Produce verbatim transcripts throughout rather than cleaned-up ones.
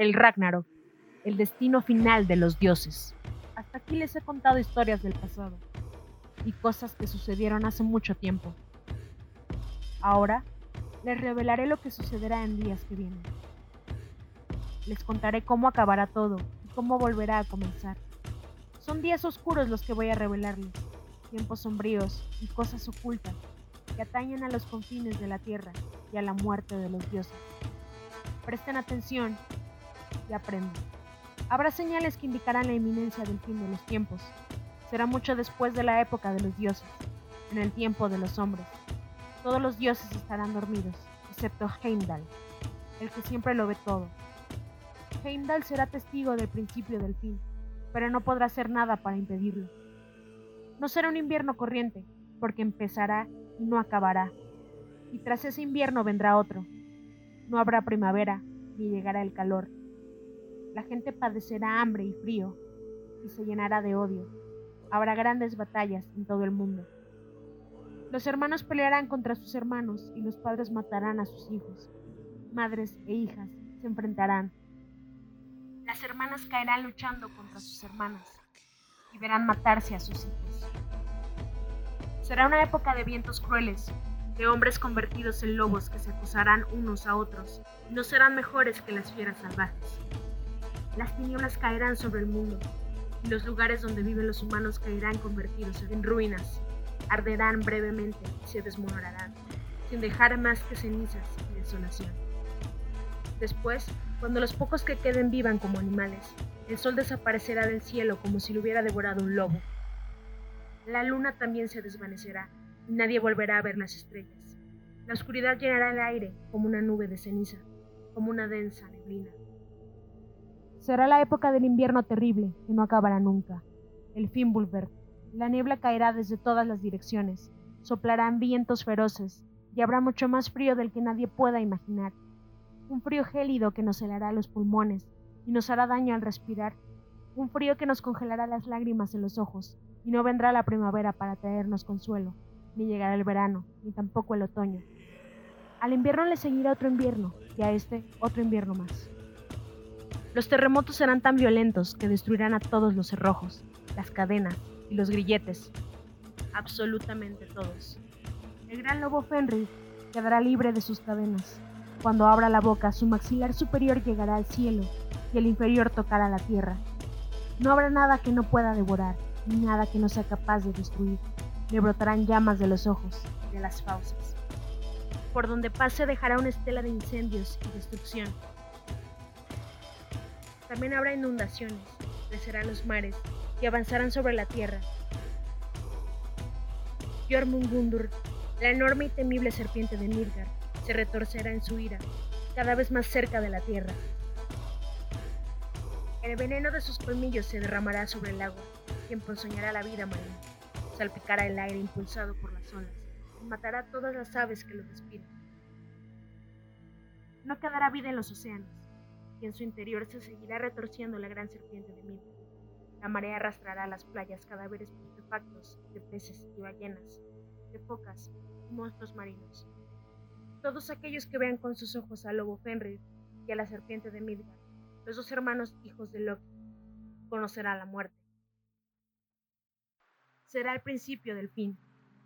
El Ragnarok, el destino final de los dioses. Hasta aquí les he contado historias del pasado y cosas que sucedieron hace mucho tiempo. Ahora les revelaré lo que sucederá en días que vienen. Les contaré cómo acabará todo y cómo volverá a comenzar. Son días oscuros los que voy a revelarles, tiempos sombríos y cosas ocultas que atañen a los confines de la tierra y a la muerte de los dioses. Presten atención y aprendan. Habrá señales que indicarán la inminencia del fin de los tiempos. Será mucho después de la época de los dioses, en el tiempo de los hombres. Todos los dioses estarán dormidos, excepto Heimdall, el que siempre lo ve todo. Heimdall será testigo del principio del fin, pero no podrá hacer nada para impedirlo. No será un invierno corriente, porque empezará y no acabará. Y tras ese invierno vendrá otro. No habrá primavera, ni llegará el calor. La gente padecerá hambre y frío, y se llenará de odio. Habrá grandes batallas en todo el mundo. Los hermanos pelearán contra sus hermanos, y los padres matarán a sus hijos. Madres e hijas se enfrentarán. Las hermanas caerán luchando contra sus hermanas, y verán matarse a sus hijos. Será una época de vientos crueles, de hombres convertidos en lobos que se acosarán unos a otros, y no serán mejores que las fieras salvajes. Las tinieblas caerán sobre el mundo, y los lugares donde viven los humanos caerán convertidos en ruinas, arderán brevemente y se desmoronarán, sin dejar más que cenizas y desolación. Después, cuando los pocos que queden vivan como animales, el sol desaparecerá del cielo como si lo hubiera devorado un lobo. La luna también se desvanecerá, y nadie volverá a ver las estrellas. La oscuridad llenará el aire como una nube de ceniza, como una densa neblina. Será la época del invierno terrible, que no acabará nunca. El Fimbulvetr. La niebla caerá desde todas las direcciones, soplarán vientos feroces, y habrá mucho más frío del que nadie pueda imaginar. Un frío gélido que nos helará los pulmones, y nos hará daño al respirar. Un frío que nos congelará las lágrimas en los ojos, y no vendrá la primavera para traernos consuelo, ni llegará el verano, ni tampoco el otoño. Al invierno le seguirá otro invierno, y a este otro invierno más. Los terremotos serán tan violentos que destruirán a todos los cerrojos, las cadenas y los grilletes. Absolutamente todos. El gran lobo Fenrir quedará libre de sus cadenas. Cuando abra la boca, su maxilar superior llegará al cielo y el inferior tocará la tierra. No habrá nada que no pueda devorar, ni nada que no sea capaz de destruir. Le brotarán llamas de los ojos y de las fauces. Por donde pase dejará una estela de incendios y destrucción. También habrá inundaciones, crecerán los mares y avanzarán sobre la tierra. Jormungundur, la enorme y temible serpiente de Midgard, se retorcerá en su ira, cada vez más cerca de la tierra. El veneno de sus colmillos se derramará sobre el agua, que emponzoñará la vida marina, salpicará el aire impulsado por las olas y matará a todas las aves que lo respiran. No quedará vida en los océanos, y en su interior se seguirá retorciendo la gran serpiente de Midgard. La marea arrastrará a las playas cadáveres putrefactos de peces y ballenas, de focas y monstruos marinos. Todos aquellos que vean con sus ojos al lobo Fenrir y a la serpiente de Midgard, los dos hermanos hijos de Loki, conocerán la muerte. Será el principio del fin.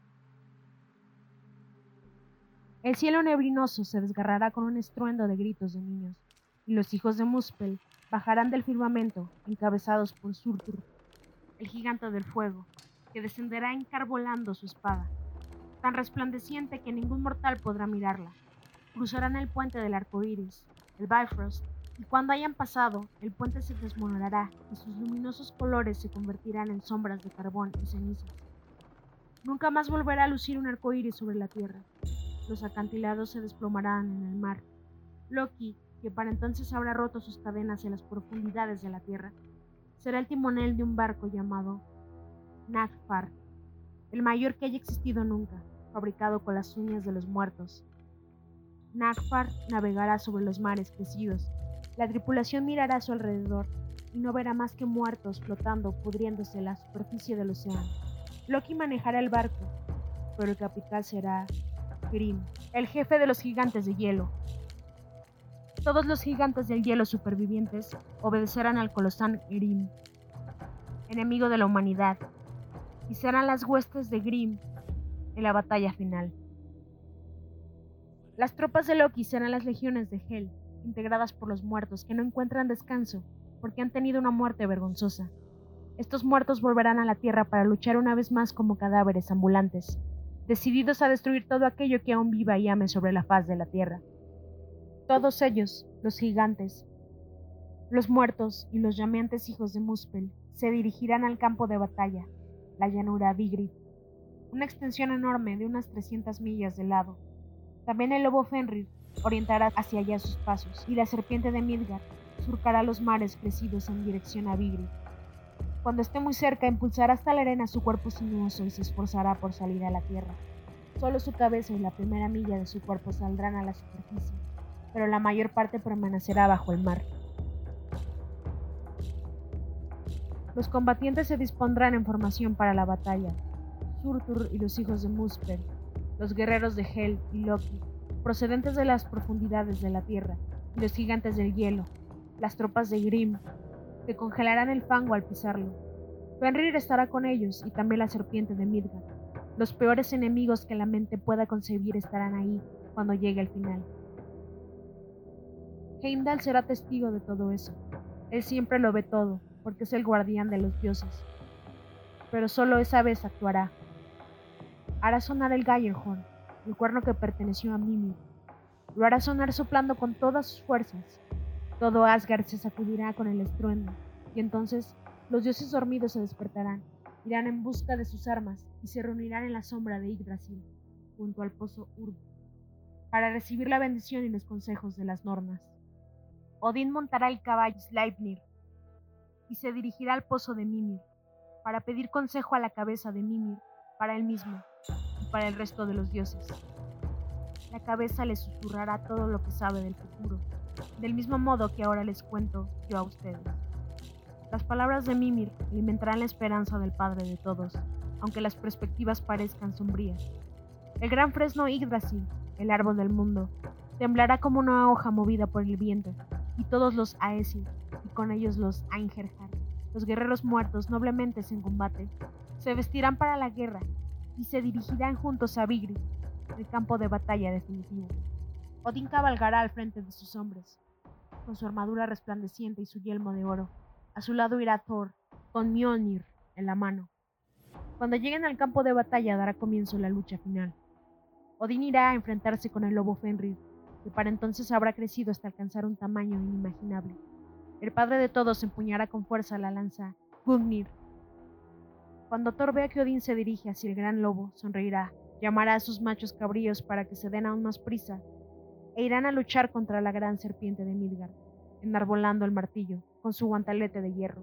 El cielo neblinoso se desgarrará con un estruendo de gritos de niños, y los hijos de Muspel bajarán del firmamento, encabezados por Surtur, el gigante del fuego, que descenderá encarbolando su espada, tan resplandeciente que ningún mortal podrá mirarla. Cruzarán el puente del arco iris, el Bifrost, y cuando hayan pasado, el puente se desmoronará y sus luminosos colores se convertirán en sombras de carbón y cenizas. Nunca más volverá a lucir un arco iris sobre la tierra. Los acantilados se desplomarán en el mar. Loki, que para entonces habrá roto sus cadenas en las profundidades de la tierra, será el timonel de un barco llamado Nagfar, el mayor que haya existido nunca, fabricado con las uñas de los muertos. Nagfar navegará sobre los mares crecidos. La tripulación mirará a su alrededor y no verá más que muertos flotando, pudriéndose en la superficie del océano. Loki manejará el barco, pero el capitán será Grim, el jefe de los gigantes de hielo. Todos los gigantes del hielo supervivientes obedecerán al colosal Grim, enemigo de la humanidad, y serán las huestes de Grim en la batalla final. Las tropas de Loki serán las legiones de Hel, integradas por los muertos que no encuentran descanso porque han tenido una muerte vergonzosa. Estos muertos volverán a la Tierra para luchar una vez más como cadáveres ambulantes, decididos a destruir todo aquello que aún viva y ame sobre la faz de la Tierra. Todos ellos, los gigantes, los muertos y los llameantes hijos de Muspel, se dirigirán al campo de batalla, la llanura Vigrid, una extensión enorme de unas trescientas millas de lado. También el lobo Fenrir orientará hacia allá sus pasos, y la serpiente de Midgard surcará los mares crecidos en dirección a Vigrid. Cuando esté muy cerca, impulsará hasta la arena su cuerpo sinuoso y se esforzará por salir a la tierra. Solo su cabeza y la primera milla de su cuerpo saldrán a la superficie, pero la mayor parte permanecerá bajo el mar. Los combatientes se dispondrán en formación para la batalla. Surtur y los hijos de Muspel, los guerreros de Hel y Loki, procedentes de las profundidades de la tierra, y los gigantes del hielo, las tropas de Grim, que congelarán el fango al pisarlo. Fenrir estará con ellos y también la serpiente de Midgard. Los peores enemigos que la mente pueda concebir estarán ahí cuando llegue el final. Heimdall será testigo de todo eso. Él siempre lo ve todo, porque es el guardián de los dioses. Pero solo esa vez actuará. Hará sonar el Geirhorn, el cuerno que perteneció a Mimir. Lo hará sonar soplando con todas sus fuerzas. Todo Asgard se sacudirá con el estruendo, y entonces los dioses dormidos se despertarán, irán en busca de sus armas y se reunirán en la sombra de Yggdrasil, junto al pozo Urd, para recibir la bendición y los consejos de las nornas. Odín montará el caballo Sleipnir y se dirigirá al pozo de Mimir, para pedir consejo a la cabeza de Mimir, para él mismo y para el resto de los dioses. La cabeza le susurrará todo lo que sabe del futuro, del mismo modo que ahora les cuento yo a ustedes. Las palabras de Mimir alimentarán la esperanza del padre de todos, aunque las perspectivas parezcan sombrías. El gran fresno Yggdrasil, el árbol del mundo, temblará como una hoja movida por el viento, y todos los Aesir, y con ellos los Einherjar, los guerreros muertos noblemente en combate, se vestirán para la guerra y se dirigirán juntos a Vigrid, el campo de batalla definitivo. Odín cabalgará al frente de sus hombres, con su armadura resplandeciente y su yelmo de oro. A su lado irá Thor, con Mjolnir en la mano. Cuando lleguen al campo de batalla dará comienzo la lucha final. Odín irá a enfrentarse con el lobo Fenrir, que para entonces habrá crecido hasta alcanzar un tamaño inimaginable. El padre de todos empuñará con fuerza la lanza Gungnir. Cuando Thor vea que Odín se dirige hacia el gran lobo, sonreirá, llamará a sus machos cabríos para que se den aún más prisa, e irán a luchar contra la gran serpiente de Midgard, enarbolando el martillo, con su guantelete de hierro.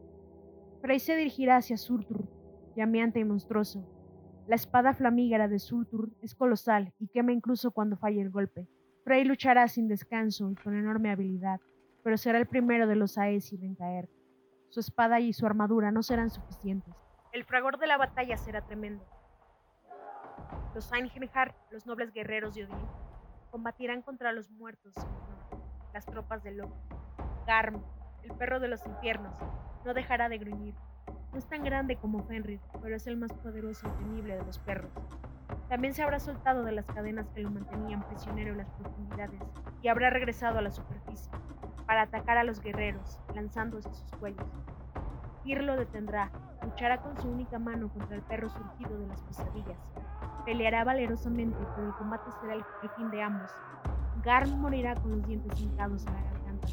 Frey se dirigirá hacia Surtur, llameante y monstruoso. La espada flamígera de Surtur es colosal y quema incluso cuando falle el golpe. Frey luchará sin descanso y con enorme habilidad, pero será el primero de los Aesir en caer. Su espada y su armadura no serán suficientes. El fragor de la batalla será tremendo. Los Einherjar, los nobles guerreros de Odín, combatirán contra los muertos, las tropas de Loki. Garm, el perro de los infiernos, no dejará de gruñir. No es tan grande como Fenrir, pero es el más poderoso y temible de los perros. También se habrá soltado de las cadenas que lo mantenían prisionero en las profundidades y habrá regresado a la superficie para atacar a los guerreros, lanzándose a sus cuellos. Tyr lo detendrá, luchará con su única mano contra el perro surgido de las pesadillas. Peleará valerosamente, pero el combate será el, el fin de ambos. Garm morirá con los dientes hincados a la garganta.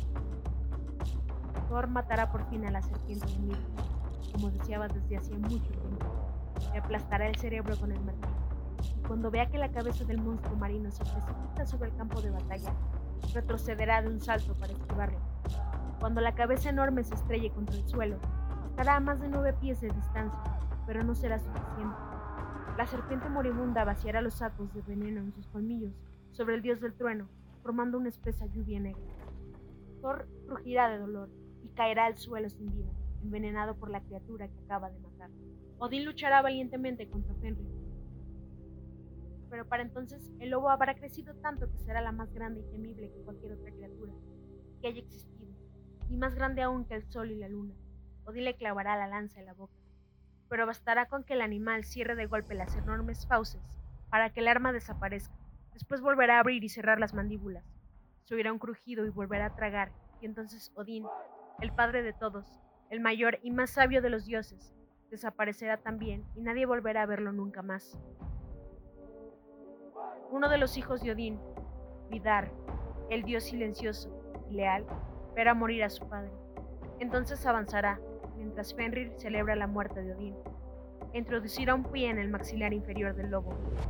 Thor matará por fin a la serpiente de Midgard, como deseaba desde hacía mucho tiempo. Le aplastará el cerebro con el martillo. Y cuando vea que la cabeza del monstruo marino se precipita sobre el campo de batalla, retrocederá de un salto para esquivarlo. Cuando la cabeza enorme se estrelle contra el suelo, estará a más de nueve pies de distancia, pero no será suficiente. La serpiente moribunda vaciará los sacos de veneno en sus colmillos sobre el dios del trueno, formando una espesa lluvia negra. Thor rugirá de dolor y caerá al suelo sin vida, envenenado por la criatura que acaba de matar. Odín luchará valientemente contra Fenrir. pero para entonces el lobo habrá crecido tanto que será la más grande y temible que cualquier otra criatura que haya existido, y más grande aún que el sol y la luna. Odín le clavará la lanza en la boca, pero bastará con que el animal cierre de golpe las enormes fauces para que el arma desaparezca. Después volverá a abrir y cerrar las mandíbulas. Se oirá un crujido y volverá a tragar, y entonces Odín, el padre de todos, el mayor y más sabio de los dioses, desaparecerá también y nadie volverá a verlo nunca más. Uno de los hijos de Odín, Vidar, el dios silencioso y leal, verá morir a su padre. Entonces avanzará, mientras Fenrir celebra la muerte de Odín, e introducirá un pie en el maxilar inferior del lobo.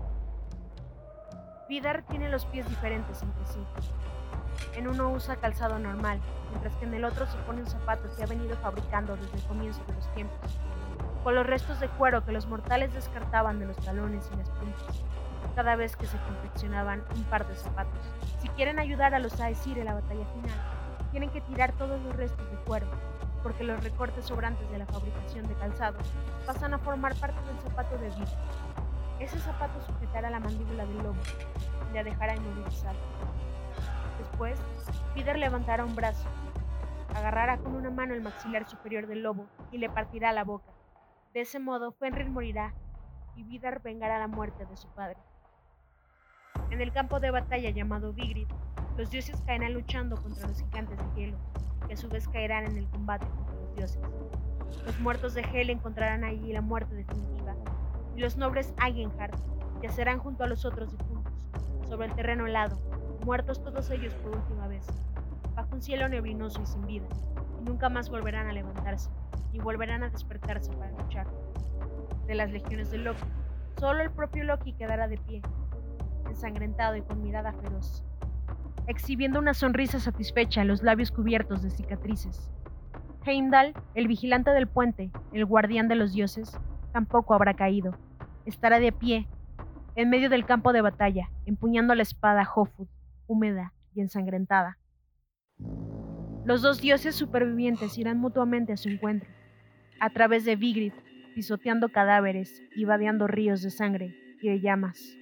Vidar tiene los pies diferentes entre sí. En uno usa calzado normal, mientras que en el otro se pone un zapato que ha venido fabricando desde el comienzo de los tiempos, con los restos de cuero que los mortales descartaban de los talones y las puntas, cada vez que se confeccionaban un par de zapatos. Si quieren ayudar a los Aesir en la batalla final, tienen que tirar todos los restos de cuero, porque los recortes sobrantes de la fabricación de calzado pasan a formar parte del zapato de Vidar. Ese zapato sujetará la mandíbula del lobo y la dejará inmovilizada. Después, Vidar levantará un brazo, agarrará con una mano el maxilar superior del lobo y le partirá la boca. De ese modo, Fenrir morirá y Vidar vengará la muerte de su padre. En el campo de batalla llamado Vigrid, los dioses caerán luchando contra los gigantes de hielo, que a su vez caerán en el combate contra los dioses. Los muertos de Hel encontrarán allí la muerte definitiva, y los nobles Agenhard yacerán junto a los otros difuntos, sobre el terreno helado, muertos todos ellos por última vez, bajo un cielo neblinoso y sin vida, y nunca más volverán a levantarse, ni volverán a despertarse para luchar. De las legiones de Loki, solo el propio Loki quedará de pie, ensangrentado y con mirada feroz, exhibiendo una sonrisa satisfecha en los labios cubiertos de cicatrices. Heimdall, el vigilante del puente, el guardián de los dioses, tampoco habrá caído. Estará de pie, en medio del campo de batalla, empuñando la espada Hofud, húmeda y ensangrentada. Los dos dioses supervivientes irán mutuamente a su encuentro, a través de Vigrid, pisoteando cadáveres y vadeando ríos de sangre y de llamas.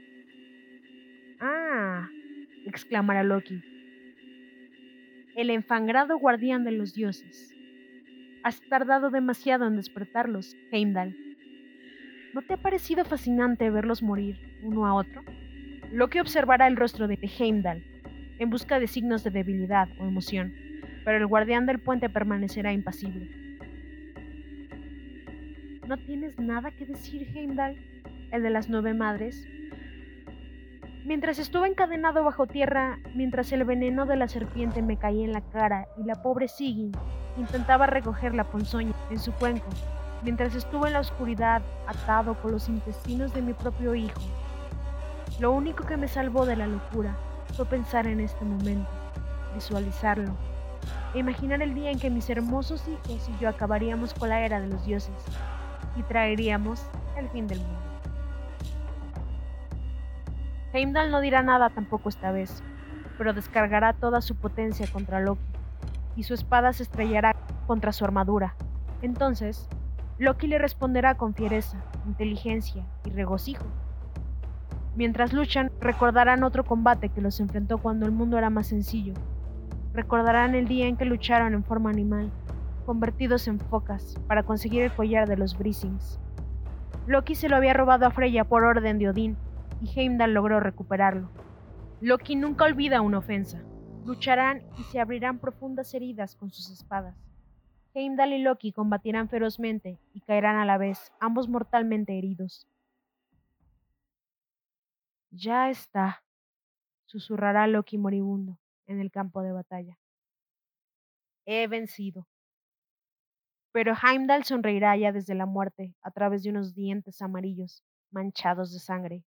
¡Ah!, exclamará Loki, el enfangrado guardián de los dioses. Has tardado demasiado en despertarlos, Heimdall. ¿No te ha parecido fascinante verlos morir uno a otro? Loki observará el rostro de Heimdall, en busca de signos de debilidad o emoción, pero el guardián del puente permanecerá impasible. ¿No tienes nada que decir, Heimdall, el de las nueve madres? Mientras estuve encadenado bajo tierra, mientras el veneno de la serpiente me caía en la cara y la pobre Sigyn intentaba recoger la ponzoña en su cuenco, mientras estuve en la oscuridad atado con los intestinos de mi propio hijo, lo único que me salvó de la locura fue pensar en este momento, visualizarlo, e imaginar el día en que mis hermosos hijos y yo acabaríamos con la era de los dioses y traeríamos el fin del mundo. Heimdall no dirá nada tampoco esta vez, pero descargará toda su potencia contra Loki, y su espada se estrellará contra su armadura. Entonces, Loki le responderá con fiereza, inteligencia y regocijo. Mientras luchan, recordarán otro combate que los enfrentó cuando el mundo era más sencillo. Recordarán el día en que lucharon en forma animal, convertidos en focas, para conseguir el collar de los Brisings. Loki se lo había robado a Freya por orden de Odín, y Heimdall logró recuperarlo. Loki nunca olvida una ofensa. Lucharán y se abrirán profundas heridas con sus espadas. Heimdall y Loki combatirán ferozmente y caerán a la vez, ambos mortalmente heridos. Ya está, susurrará Loki moribundo en el campo de batalla. He vencido. Pero Heimdall sonreirá ya desde la muerte a través de unos dientes amarillos, manchados de sangre.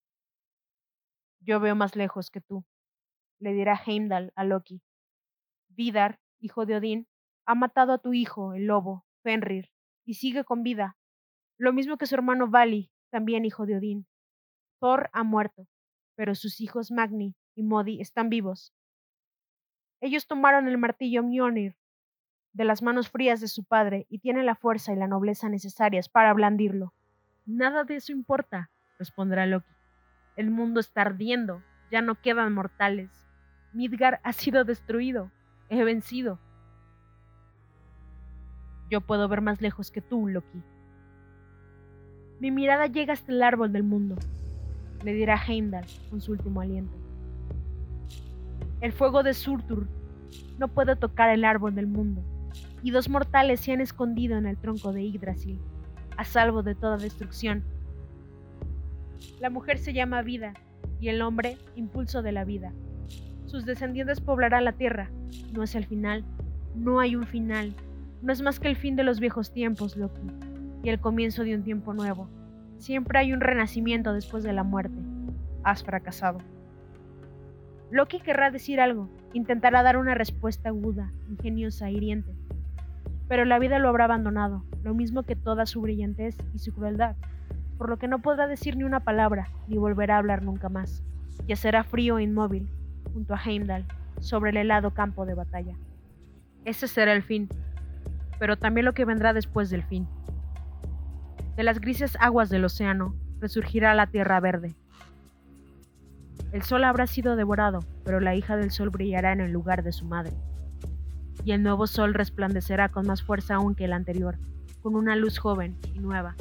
Yo veo más lejos que tú, le dirá Heimdall a Loki. Vidar, hijo de Odín, ha matado a tu hijo, el lobo, Fenrir, y sigue con vida, lo mismo que su hermano Vali, también hijo de Odín. Thor ha muerto, pero sus hijos Magni y Modi están vivos. Ellos tomaron el martillo Mjolnir de las manos frías de su padre y tienen la fuerza y la nobleza necesarias para blandirlo. Nada de eso importa, responderá Loki. El mundo está ardiendo, ya no quedan mortales. Midgard ha sido destruido. He vencido. Yo puedo ver más lejos que tú, Loki. Mi mirada llega hasta el árbol del mundo, le dirá Heimdall con su último aliento. El fuego de Surtur no puede tocar el árbol del mundo, y dos mortales se han escondido en el tronco de Yggdrasil, a salvo de toda destrucción. La mujer se llama Vida, y el hombre, impulso de la vida. Sus descendientes poblarán la tierra. No es el final, no hay un final. No es más que el fin de los viejos tiempos, Loki, y el comienzo de un tiempo nuevo. Siempre hay un renacimiento después de la muerte. Has fracasado. Loki querrá decir algo, intentará dar una respuesta aguda, ingeniosa, hiriente. Pero la vida lo habrá abandonado, lo mismo que toda su brillantez y su crueldad, por lo que no podrá decir ni una palabra, ni volverá a hablar nunca más. Yacerá frío e inmóvil, junto a Heimdall, sobre el helado campo de batalla. Ese será el fin, pero también lo que vendrá después del fin. De las grises aguas del océano resurgirá la tierra verde. El sol habrá sido devorado, pero la hija del sol brillará en el lugar de su madre. Y el nuevo sol resplandecerá con más fuerza aún que el anterior, con una luz joven y nueva.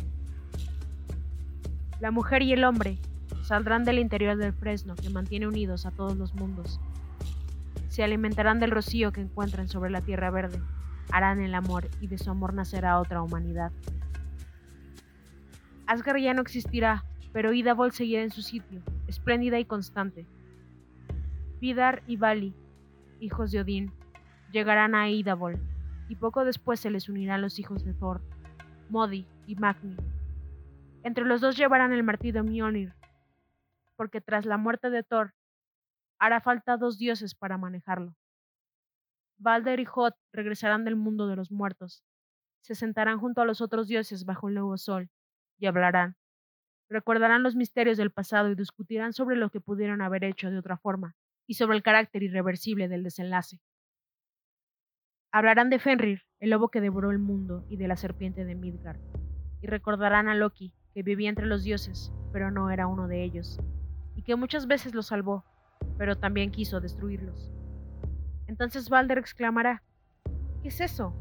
La mujer y el hombre saldrán del interior del fresno que mantiene unidos a todos los mundos. Se alimentarán del rocío que encuentran sobre la tierra verde, harán el amor y de su amor nacerá otra humanidad. Asgard ya no existirá, pero Idavol seguirá en su sitio, espléndida y constante. Vidar y Vali, hijos de Odín, llegarán a Idavol, y poco después se les unirán los hijos de Thor, Modi y Magni. Entre los dos llevarán el martillo Mjolnir, porque tras la muerte de Thor, hará falta dos dioses para manejarlo. Balder y Hod regresarán del mundo de los muertos, se sentarán junto a los otros dioses bajo el nuevo sol, y hablarán. Recordarán los misterios del pasado y discutirán sobre lo que pudieron haber hecho de otra forma, y sobre el carácter irreversible del desenlace. Hablarán de Fenrir, el lobo que devoró el mundo, y de la serpiente de Midgard, y recordarán a Loki, que vivía entre los dioses, pero no era uno de ellos, y que muchas veces los salvó, pero también quiso destruirlos. Entonces Balder exclamará, ¿qué es eso?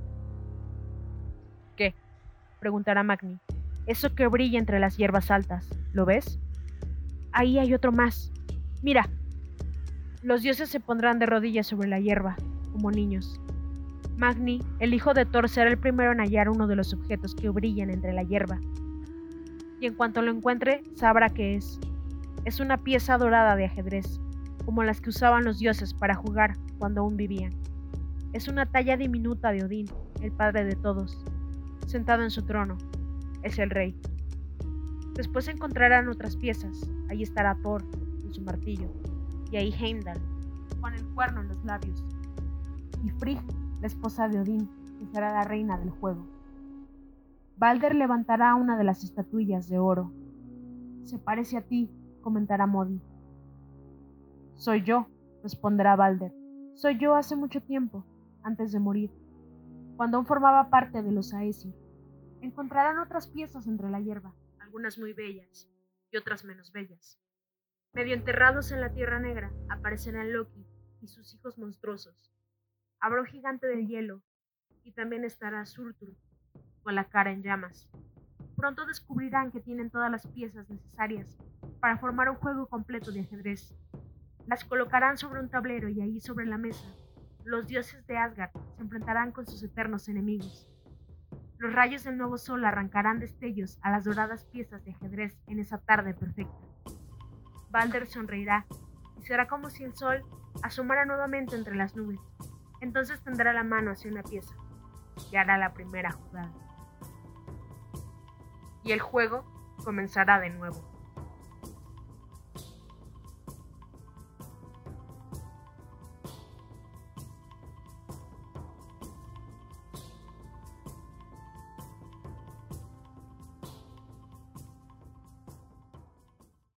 ¿Qué? Preguntará Magni. Eso que brilla entre las hierbas altas, ¿lo ves? Ahí hay otro más. Mira. Los dioses se pondrán de rodillas sobre la hierba, como niños. Magni, el hijo de Thor, será el primero en hallar uno de los objetos que brillan entre la hierba. Y en cuanto lo encuentre, sabrá qué es. Es una pieza dorada de ajedrez, como las que usaban los dioses para jugar cuando aún vivían. Es una talla diminuta de Odín, el padre de todos, sentado en su trono. Es el rey. Después encontrarán otras piezas. Ahí estará Thor con su martillo, y ahí Heimdall, con el cuerno en los labios, y Frigg, la esposa de Odín, que será la reina del juego. Balder levantará una de las estatuillas de oro. Se parece a ti, comentará Modi. Soy yo, responderá Balder. Soy yo hace mucho tiempo, antes de morir, cuando aún formaba parte de los Aesir. Encontrarán otras piezas entre la hierba, algunas muy bellas y otras menos bellas. Medio enterrados en la tierra negra aparecerán Loki y sus hijos monstruosos. Habrá un gigante del hielo y también estará Surtur con la cara en llamas. Pronto descubrirán que tienen todas las piezas necesarias para formar un juego completo de ajedrez. Las colocarán sobre un tablero y ahí sobre la mesa, los dioses de Asgard se enfrentarán con sus eternos enemigos. Los rayos del nuevo sol arrancarán destellos a las doradas piezas de ajedrez en esa tarde perfecta. Balder sonreirá y será como si el sol asomara nuevamente entre las nubes. Entonces tendrá la mano hacia una pieza y hará la primera jugada. Y el juego comenzará de nuevo.